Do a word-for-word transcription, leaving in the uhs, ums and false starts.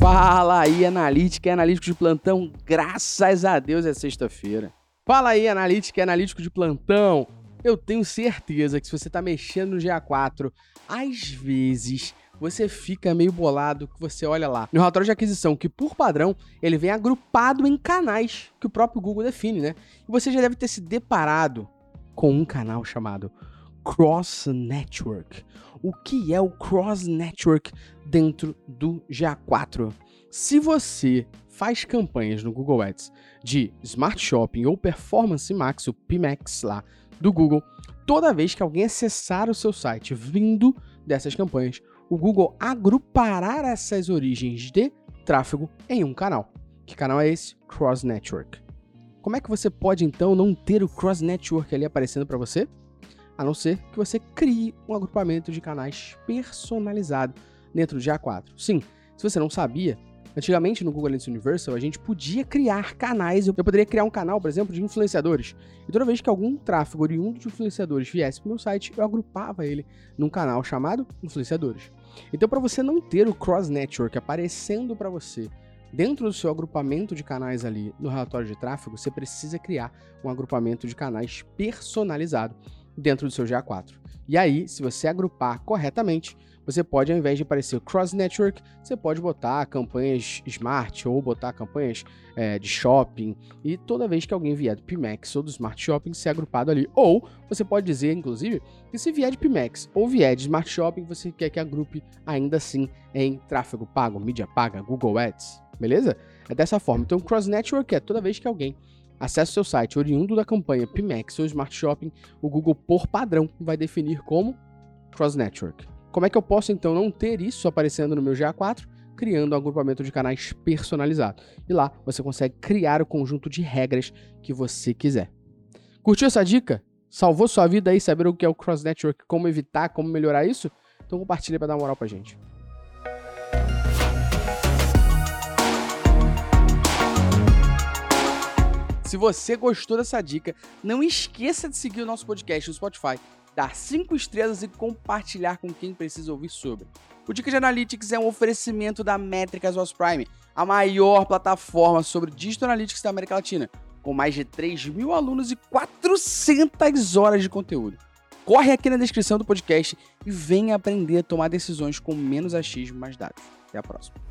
Fala aí, analítica e analítico de plantão, graças a Deus é sexta-feira. Fala aí, analítica e analítico de plantão. Eu tenho certeza que se você tá mexendo no G A quatro, às vezes você fica meio bolado que você olha lá no relatório de aquisição que, por padrão, ele vem agrupado em canais que o próprio Google define, né? E você já deve ter se deparado com um canal chamado Cross Network. O que é o Cross Network dentro do G A quatro? Se você faz campanhas no Google Ads de Smart Shopping ou Performance Max, o P MAX lá do Google, toda vez que alguém acessar o seu site vindo dessas campanhas, o Google agrupará essas origens de tráfego em um canal. Que canal é esse? Cross Network. Como é que você pode então não ter o Cross Network ali aparecendo para você? A não ser que você crie um agrupamento de canais personalizado dentro do G A quatro. Sim, se você não sabia, antigamente no Google Ads Universal a gente podia criar canais. Eu poderia criar um canal, por exemplo, de influenciadores. E toda vez que algum tráfego oriundo de influenciadores viesse para o meu site, eu agrupava ele num canal chamado Influenciadores. Então, para você não ter o Cross Network aparecendo para você dentro do seu agrupamento de canais ali no relatório de tráfego, você precisa criar um agrupamento de canais personalizado dentro do seu G A quatro. E aí, se você agrupar corretamente, você pode, ao invés de aparecer o Cross Network, você pode botar campanhas Smart ou botar campanhas é, de shopping, e toda vez que alguém vier do P MAX ou do Smart Shopping, ser agrupado ali. Ou você pode dizer, inclusive, que se vier de P MAX ou vier de Smart Shopping, você quer que agrupe ainda assim em tráfego pago, mídia paga, Google Ads, beleza? É dessa forma. Então, o Cross Network é toda vez que alguém acessa o seu site oriundo da campanha P MAX ou Smart Shopping, o Google, por padrão, vai definir como Cross Network. Como é que eu posso, então, não ter isso aparecendo no meu G A quatro? Criando um agrupamento de canais personalizado. E lá você consegue criar o conjunto de regras que você quiser. Curtiu essa dica? Salvou sua vida aí saber o que é o Cross Network, como evitar, como melhorar isso? Então compartilha para dar uma moral pra gente. Se você gostou dessa dica, não esqueça de seguir o nosso podcast no Spotify, dar cinco estrelas e compartilhar com quem precisa ouvir sobre. O Dica de Analytics é um oferecimento da Métricas Oz Prime, a maior plataforma sobre Digital Analytics da América Latina, com mais de três mil alunos e quatrocentas horas de conteúdo. Corre aqui na descrição do podcast e venha aprender a tomar decisões com menos achismo e mais dados. Até a próxima.